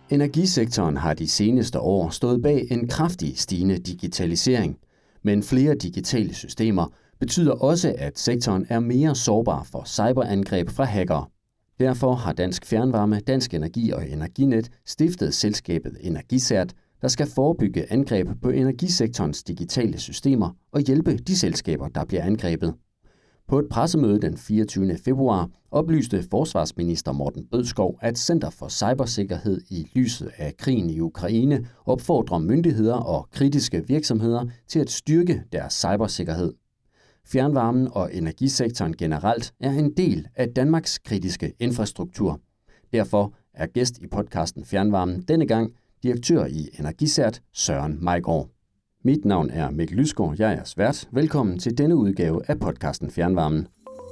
Energisektoren har de seneste år stået bag en kraftig stigende digitalisering, men flere digitale systemer betyder også, at sektoren er mere sårbar for cyberangreb fra hackere. Derfor har Dansk Fjernvarme, Dansk Energi og Energinet stiftet selskabet Energicert, der skal forebygge angreb på energisektorens digitale systemer og hjælpe de selskaber, der bliver angrebet. På et pressemøde den 24. februar oplyste forsvarsminister Morten Bødskov, at Center for Cybersikkerhed i lyset af krigen i Ukraine opfordrer myndigheder og kritiske virksomheder til at styrke deres cybersikkerhed. Fjernvarmen og energisektoren generelt er en del af Danmarks kritiske infrastruktur. Derfor er gæst i podcasten Fjernvarmen denne gang direktør i Energicert, Søren Maigaard. Mit navn er Mikkel Lysgaard, jeg er vært. Velkommen til denne udgave af podcasten Fjernvarmen.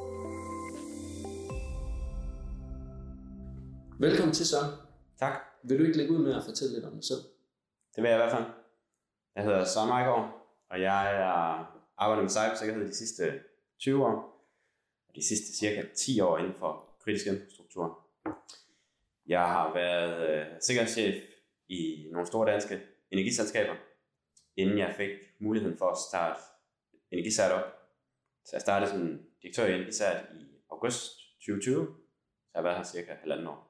Velkommen til, Søren. Tak. Vil du ikke lægge ud med at fortælle lidt om dig selv? Det vil jeg i hvert fald. Jeg hedder Søren Maigaard, og jeg har arbejdet med cybersikkerhed de sidste 20 år, og de sidste cirka 10 år inden for kritisk infrastruktur. Jeg har været sikkerhedschef i nogle store danske energiselskaber, inden jeg fik muligheden for at starte Energicert op. Så jeg startede som direktør i Energicert i august 2020, så jeg har været her cirka 1,5 år.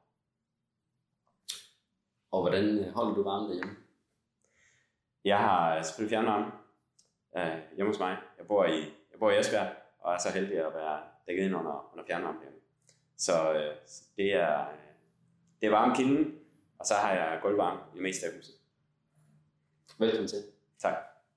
Og hvordan holder du varmen derhjemme? Jeg har selvfølgelig fjernvarme hjemme hos mig. Jeg bor i Esbjerg, og er så heldig at være dækket ind under fjernvarme hjemme. Så det er varmekilden, og så har jeg gulvvarme i det meste af huset. Velkommen til. Tak.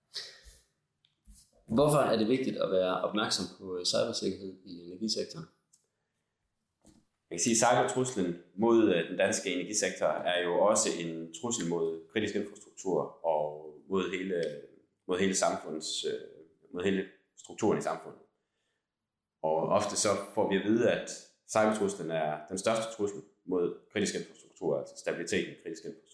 Hvorfor er det vigtigt at være opmærksom på cybersikkerhed i energisektoren? Jeg kan sige, at cybertruslen mod den danske energisektor er jo også en trussel mod kritisk infrastruktur og mod hele strukturen i samfundet. Og ofte så får vi at vide, at cybertruslen er den største trussel mod kritisk infrastruktur, altså stabiliteten i kritisk infrastruktur.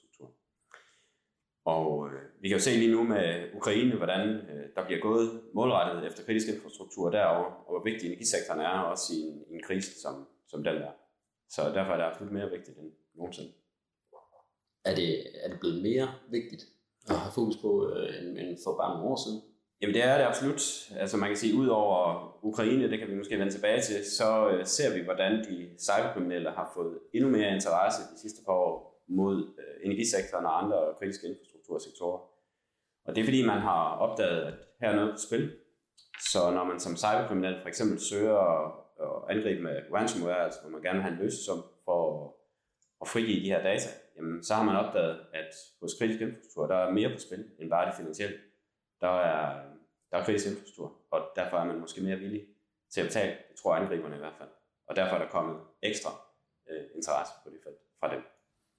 Og vi kan jo se lige nu med Ukraine, hvordan der bliver gået målrettet efter kritisk infrastruktur derovre, og hvor vigtig energisektoren er, også i en krise som den der. Så derfor er det absolut mere vigtigt end nogensinde. Er det blevet mere vigtigt at have fokus på end for bare nogle år siden? Jamen det er det absolut. Altså man kan sige, ud over Ukraine, det kan vi måske vende tilbage til, så ser vi, hvordan de cyberkriminelle har fået endnu mere interesse de sidste par år mod energisektoren og andre kritiske infrastruktursektorer. Og det er fordi, man har opdaget, at her er noget på spil. Så når man som cyberkriminel for eksempel søger at angribe med ransomware, altså hvor man gerne vil have en løsesum for at frigive de her data, jamen, så har man opdaget, at hos kritisk infrastruktur, der er mere på spil end bare det finansielle. Der er kritisk infrastruktur, og derfor er man måske mere villig til at betale, det tror angriberne i hvert fald. Og derfor er der kommet ekstra interesse på det felt fra dem.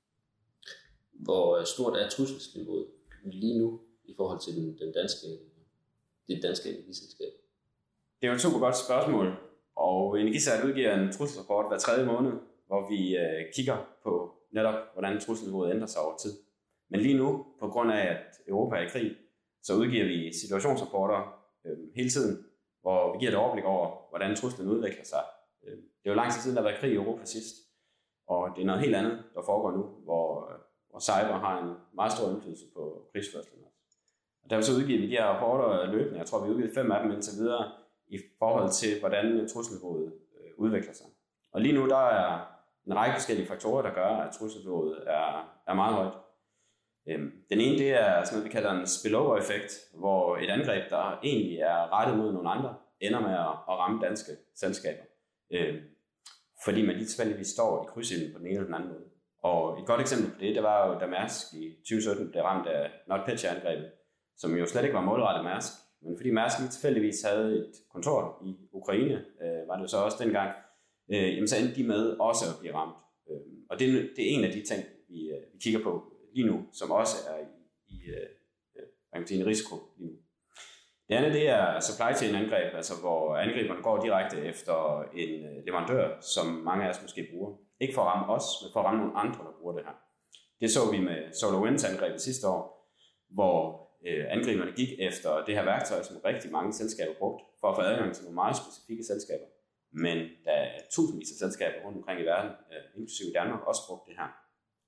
Hvor stort er trusselsniveauet lige nu i forhold til det danske energiselskab? Det er jo et super godt spørgsmål, og Energicert udgiver en trusselsrapport hver 3. måned, hvor vi kigger på netop, hvordan trusselsniveauet ændrer sig over tid. Men lige nu, på grund af at Europa er i krig, så udgiver vi situationsrapporter hele tiden, hvor vi giver et overblik over, hvordan truslen udvikler sig. Det er jo lang tid siden, der har været krig i Europa sidst, og det er noget helt andet, der foregår nu, hvor cyber har en meget stor indflydelse på krigsførslen. Og derfor så udgiver vi de her rapporter løbende. Jeg tror, vi har udgivet 5 af dem indtil videre i forhold til, hvordan trusselsniveauet udvikler sig. Og lige nu der er en række forskellige faktorer, der gør, at trusselsniveauet er meget højt. Den ene, det er sådan noget, vi kalder en spillover-effekt, hvor et angreb, der egentlig er rettet mod nogle andre, ender med at ramme danske selskaber. Fordi man lige tilfældigvis står i krydsilden på den ene eller den anden måde. Og et godt eksempel på det var jo, da Mærsk i 2017 blev ramt af NotPetya-angrebet, som jo slet ikke var målrettet Mærsk. Men fordi Mærsk lige tilfældigvis havde et kontor i Ukraine, var det jo så også dengang, så endte de med også at blive ramt. Og det er en af de ting, vi kigger på lige nu, som også er i en risiko lige nu. Det andet, det er supply chain angreb, altså hvor angriberne går direkte efter en leverandør, som mange af os måske bruger. Ikke for at ramme os, men for at ramme nogle andre, der bruger det her. Det så vi med SolarWinds angrebet sidste år, hvor angriberne gik efter det her værktøj, som rigtig mange selskaber brugte, for at få adgang til nogle meget specifikke selskaber. Men der er tusindvis af selskaber rundt omkring i verden, inklusive Danmark, også brugt det her.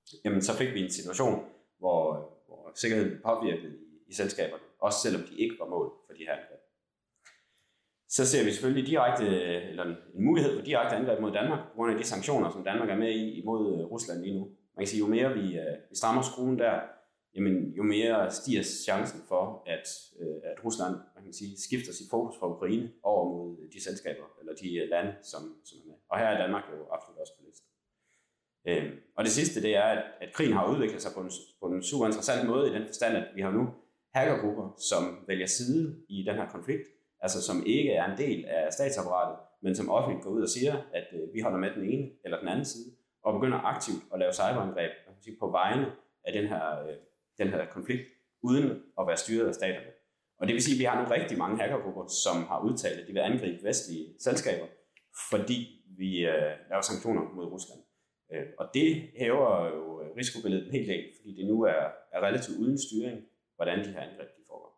jamen så fik vi en situation, hvor sikkerheden blev påvirket i selskaberne, også selvom de ikke var mål for de her angreb. Så ser vi selvfølgelig en mulighed for direkte angreb mod Danmark, på grund af de sanktioner, som Danmark er med i imod Rusland lige nu. Man kan sige, jo mere vi strammer skruen der, jamen, jo mere stiger chancen for, at Rusland, man kan sige, skifter sit fokus fra Ukraine over mod de selskaber, eller de lande, som er med. Og her er Danmark jo absolut også på listen. Og det sidste, det er, at krigen har udviklet sig på en super interessant måde, i den forstand, at vi har nu hackergrupper, som vælger side i den her konflikt, altså som ikke er en del af statsapparatet, men som offentligt går ud og siger, at vi holder med den ene eller den anden side, og begynder aktivt at lave cyberangreb på vegne af den her konflikt, uden at være styret af staterne. Og det vil sige, at vi har nogle rigtig mange hackergrupper, som har udtalt, at de vil angribe vestlige selskaber, fordi vi laver sanktioner mod Rusland. Og det hæver jo risikobilledet en hel del, fordi det nu er relativt uden styring, hvordan de her angreb de foregår.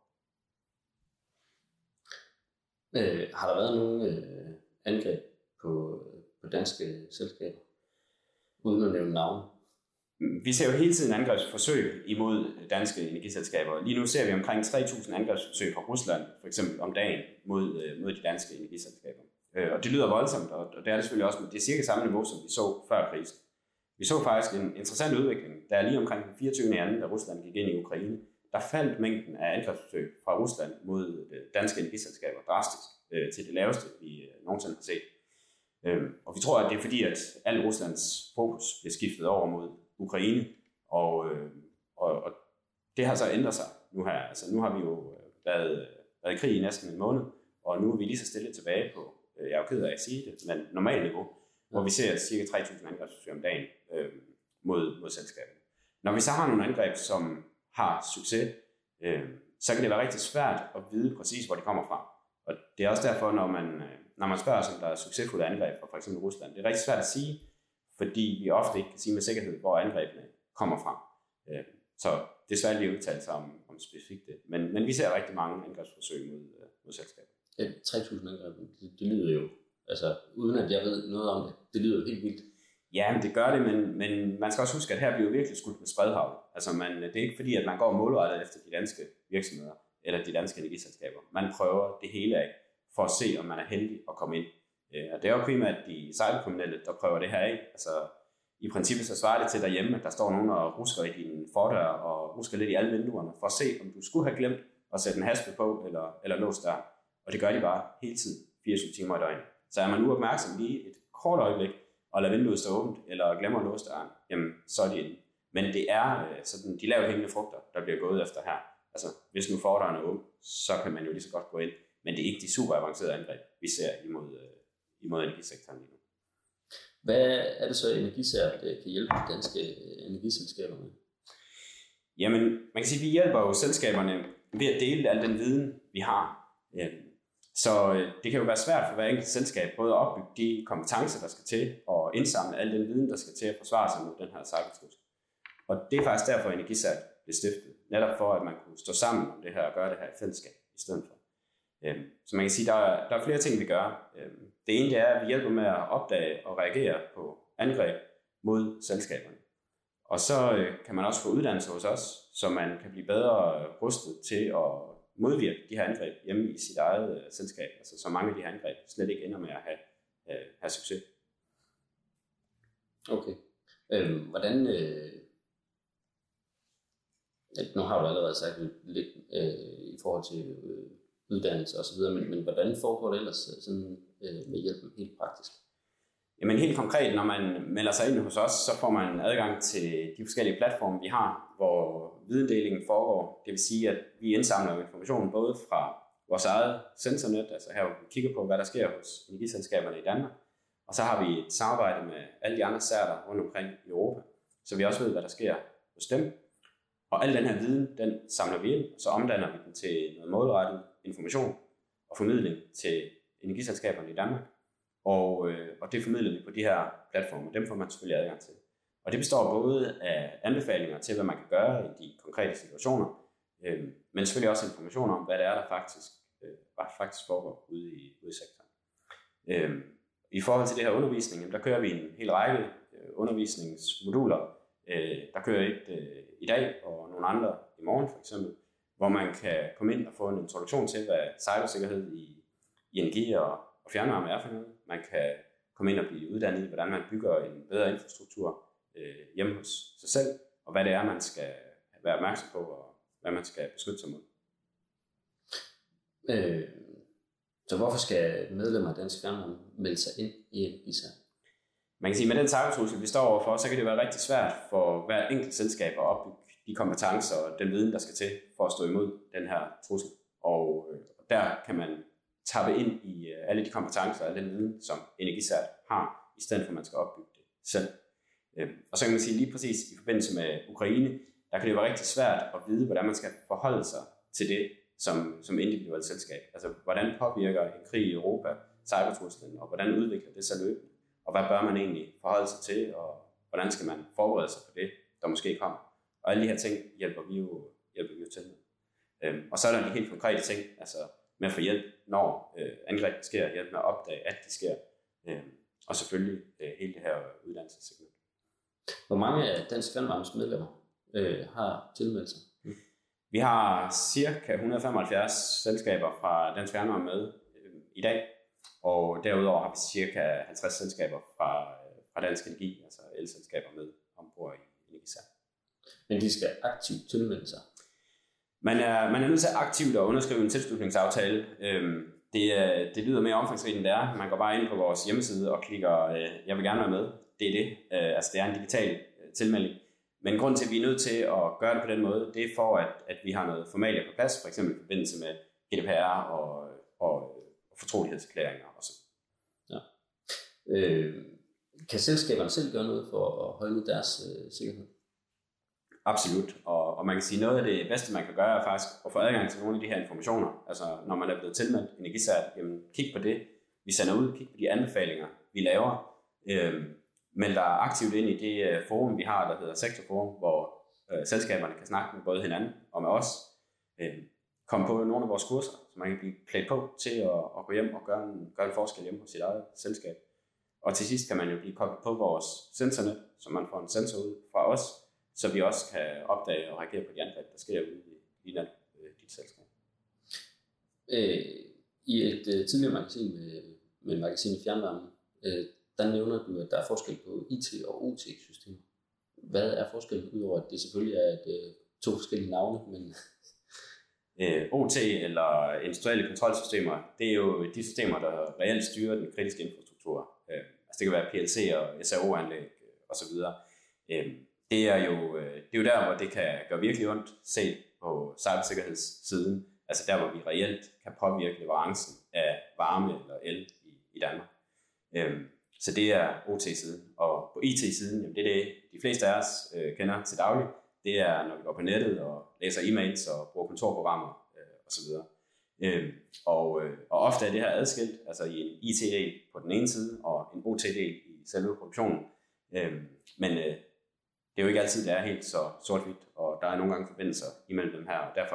Har der været nogle angreb på danske selskaber, uden at nævne navn? Vi ser jo hele tiden angrebsforsøg imod danske energiselskaber. Lige nu ser vi omkring 3.000 angrebsforsøg fra Rusland, for eksempel om dagen, mod de danske energiselskaber. Og det lyder voldsomt, og det er det selvfølgelig også, men det er cirka samme niveau, som vi så før krisen. Vi så faktisk en interessant udvikling, der lige omkring den 24. da Rusland gik ind i Ukraine, der faldt mængden af angrebsforsøg fra Rusland mod danske energiselskaber drastisk til det laveste, vi nogensinde har set. Og vi tror, at det er fordi, at al Ruslands fokus bliver skiftet over mod Ukraine, og det har så ændret sig nu her. Altså nu har vi jo været i krig i næsten en måned, og nu er vi lige så stille tilbage på, jeg er jo ked af at sige det, men normalt niveau, hvor vi ser cirka 3.000 angrebsforsøg om dagen mod selskabet. Når vi så har nogle angreb, som har succes, så kan det være rigtig svært at vide præcis, hvor de kommer fra. Og det er også derfor, når man spørger, om der er succesfulde angreb fra f.eks. Rusland, det er rigtig svært at sige, fordi vi ofte ikke kan sige med sikkerhed, hvor angrebene kommer fra. Så det er svært lige at udtale sig om specifikt det. Men vi ser rigtig mange angrebsforsøg mod selskaber. 3.000 angreb, det lyder jo, altså uden at jeg ved noget om det, det lyder jo helt vildt. Ja, det gør det, men man skal også huske, at her bliver virkelig skudt med spredhavl. Altså det er ikke fordi, at man går målrettet efter de danske virksomheder eller de danske energiselskaber. Man prøver det hele af for at se, om man er heldig at komme ind. Og det er jo primært de cyberkriminelle, der prøver det her af. Altså i princippet så svarer det til derhjemme, at der står nogen og rusker i din fordør og rusker lidt i alle vinduerne for at se, om du skulle have glemt at sætte en haspe på eller låse døren. Og det gør de bare hele tiden, 24 timer i døgnet. Så er man uopmærksom lige et kort øjeblik, og lader vinduet stå åbent, eller glemmer at låse døren, jamen så er de inde. Men det er sådan de lavt hængende frugter, der bliver gået efter her. Altså hvis nu fordøren er åben, så kan man jo lige så godt gå ind. Men det er ikke de super avancerede angreb, vi ser imod energisektoren lige nu. Hvad er det så, Energicert kan hjælpe de danske energiselskaber med? Jamen, man kan sige, at vi hjælper jo selskaberne ved at dele al den viden, vi har. Så det kan jo være svært for hver enkelt selskab både at opbygge de kompetencer, der skal til, og indsamle al den viden, der skal til at forsvare sig mod den her cybertrussel. Og det er faktisk derfor, Energicert blev stiftet. Netop for, at man kunne stå sammen om det her og gøre det her i fællesskab i stedet for. Så man kan sige, at der er flere ting, vi gør. Det ene det er, at vi hjælper med at opdage og reagere på angreb mod selskaberne. Og så kan man også få uddannelse hos os, så man kan blive bedre rustet til at modvirke de her angreb hjemme i sit eget selskab. Altså så mange af de her angreb slet ikke ender med at have succes. Okay. Hvordan... nu har du allerede sagt lidt i forhold til uddannelse og så videre, men hvordan foregår det ellers sådan, med hjælpen helt praktisk? Jamen helt konkret, når man melder sig ind hos os, så får man adgang til de forskellige platforme, vi har, hvor videndelingen foregår. Det vil sige, at vi indsamler information både fra vores eget sensornet, altså her hvor vi kigger på, hvad der sker hos energiselskaberne i Danmark, og så har vi et samarbejde med alle de andre certer rundt omkring i Europa, så vi også ved, hvad der sker hos dem. Og al den her viden, den samler vi ind, og så omdanner vi den til noget målrettet information og formidling til energiselskaberne i Danmark. Og det formidler vi på de her platforme. Dem får man selvfølgelig adgang til. Og det består både af anbefalinger til, hvad man kan gøre i de konkrete situationer, men selvfølgelig også information om, hvad det er, der faktisk foregår ude i sektoren. I forhold til det her undervisning, der kører vi en hel række undervisningsmoduler, Der kører et i dag, og nogle andre i morgen for eksempel, hvor man kan komme ind og få en introduktion til, hvad cybersikkerhed i energi og fjernvarme er for noget. Man kan komme ind og blive uddannet i, hvordan man bygger en bedre infrastruktur hjemme hos sig selv, og hvad det er, man skal være opmærksom på, og hvad man skal beskytte sig mod. Så hvorfor skal medlemmer af Dansk Fjernvarme melde sig ind i Energicert? Man kan sige, at med den cybertrussel, vi står overfor, så kan det være rigtig svært for hver enkelt selskab at opbygge de kompetencer og den viden, der skal til for at stå imod den her trussel. Og der kan man tappe ind i alle de kompetencer og den viden, som Energicert har, i stedet for at man skal opbygge det selv. Og så kan man sige lige præcis i forbindelse med Ukraine, der kan det være rigtig svært at vide, hvordan man skal forholde sig til det som individuelt selskab. Altså, hvordan påvirker en krig i Europa cybertruslen, og hvordan udvikler det sig løbende? Og hvad bør man egentlig forholde sig til, og hvordan skal man forberede sig på det, der måske kommer? Og alle de her ting hjælper vi jo til med. Og så er der de helt konkrete ting, altså med at få hjælp, når angreb sker, hjælp med at opdage, at de sker, og selvfølgelig hele det her uddannelsessegment. Hvor mange af Dansk Fjernvarmes medlemmer har tilmeldt sig? Vi har cirka 175 selskaber fra Dansk Fjernvarme med i dag, og derudover har vi cirka 50 selskaber fra Dansk Energi, altså elselskaber med ombord i Energicert. Men de skal aktivt tilmelde sig? Man er nødt til aktivt at underskrive en tilslutningsaftale. Det lyder mere omfangsrigt end det er. Man går bare ind på vores hjemmeside og klikker, jeg vil gerne være med. Det er det. Altså det er en digital tilmelding. Men grunden til, at vi er nødt til at gøre det på den måde, det er for, at vi har noget formalia på plads, for eksempel i forbindelse med GDPR og fortrolighedserklæringer osv. Ja. Kan selskaberne selv gøre noget for at højne deres sikkerhed? Absolut, og man kan sige, noget af det bedste, man kan gøre, er faktisk at få adgang til nogle af de her informationer. Altså, når man er blevet tilmeldt Energicert, jamen, kig på det, vi sender ud, kig på de anbefalinger, vi laver. Meld dig aktivt ind i det forum, vi har, der hedder Sektorforum, hvor selskaberne kan snakke med både hinanden og med os. Kom på nogle af vores kurser, så man kan blive klædt på til at gå hjem og gøre en forskel hjemme på sit eget selskab. Og til sidst kan man jo blive koblet på vores sensornet, så man får en sensor ud fra os, så vi også kan opdage og reagere på de angreb, der sker ude i dit selskab. I et tidligere magasin med magasinet Fjernvarme, der nævner du, at der er forskel på IT- og OT-systemer. Hvad er forskellen, udover at det selvfølgelig er to forskellige navne? Men OT eller industrielle kontrolsystemer, det er jo de systemer, der reelt styrer den kritiske infrastruktur. Altså det kan være PLC og SAO-anlæg osv. Det er jo der, hvor det kan gøre virkelig ondt, set på cybersikkerhedssiden. Altså der, hvor vi reelt kan påvirke leverancen af varme eller el i Danmark. Så det er OT-siden. Og på IT-siden, jamen det er det, de fleste af os kender til daglig. Det er, når vi går på nettet og læser e-mails og bruger kontorprogrammer osv. Og ofte er det her adskilt, altså i en IT-del på den ene side og en OT-del i selve produktionen. Men det er jo ikke altid, det er helt så sort-hvidt, og der er nogle gange forbindelser imellem dem her, og derfor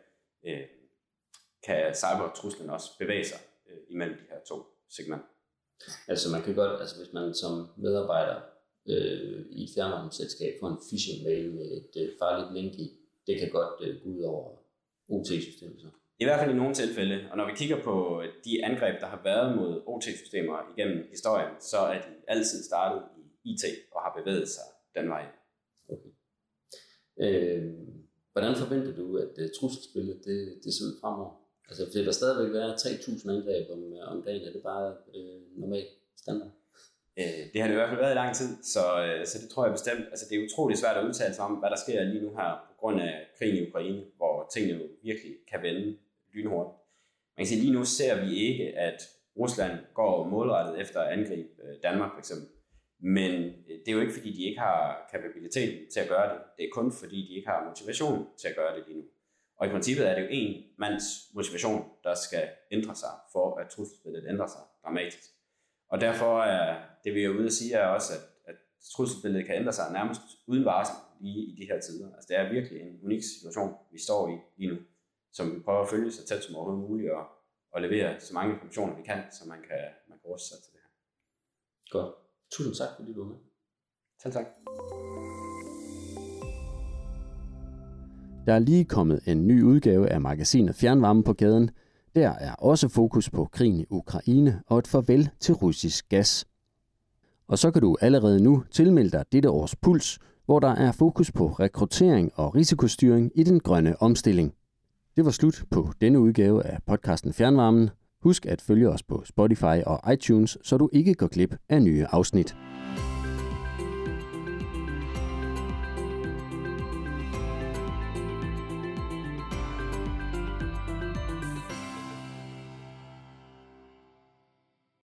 kan cybertruslen også bevæge sig imellem de her to segmenter. Altså man kan godt, altså hvis man som medarbejder i et fjernvarmeselskab får en phishing-mail med et farligt link i, det kan godt gå ud over OT-systemet så. I hvert fald i nogle tilfælde, og når vi kigger på de angreb, der har været mod OT-systemer igennem historien, så er de altid startet i IT og har bevæget sig den vej. Okay. Hvordan forventer du, at trusselsbilledet det ser ud fremover? Altså, det vil der stadigvæk være 3.000 angreb om dagen, er det bare normalt standard? Det har det i hvert fald været i lang tid, så det tror jeg bestemt. Altså, det er utroligt svært at udtale sig om, hvad der sker lige nu her på grund af krigen i Ukraine, hvor tingene jo virkelig kan vende lynhurtigt. Man kan sige, lige nu ser vi ikke, at Rusland går målrettet efter at angribe Danmark for eksempel. Men det er jo ikke, fordi de ikke har kapabiliteten til at gøre det. Det er kun, fordi de ikke har motivation til at gøre det lige nu. Og i princippet er det jo en mands motivation, der skal ændre sig, for at trusselsbilledet ændrer sig dramatisk. Og derfor er det, vi er ude at sige, er også, at trusselsbilledet kan ændre sig nærmest uden varsel lige i de her tider. Altså det er virkelig en unik situation, vi står i lige nu, som vi prøver at følge så tæt som overhovedet muligt og levere så mange informationer, vi kan, så man kan ruste sig til det her. Godt. Tusind tak, fordi du var med. Selv tak. Der er lige kommet en ny udgave af magasinet Fjernvarme på gaden. Der er også fokus på krigen i Ukraine og et farvel til russisk gas. Og så kan du allerede nu tilmelde dig dette års Puls, hvor der er fokus på rekruttering og risikostyring i den grønne omstilling. Det var slut på denne udgave af podcasten Fjernvarmen. Husk at følge os på Spotify og iTunes, så du ikke går glip af nye afsnit.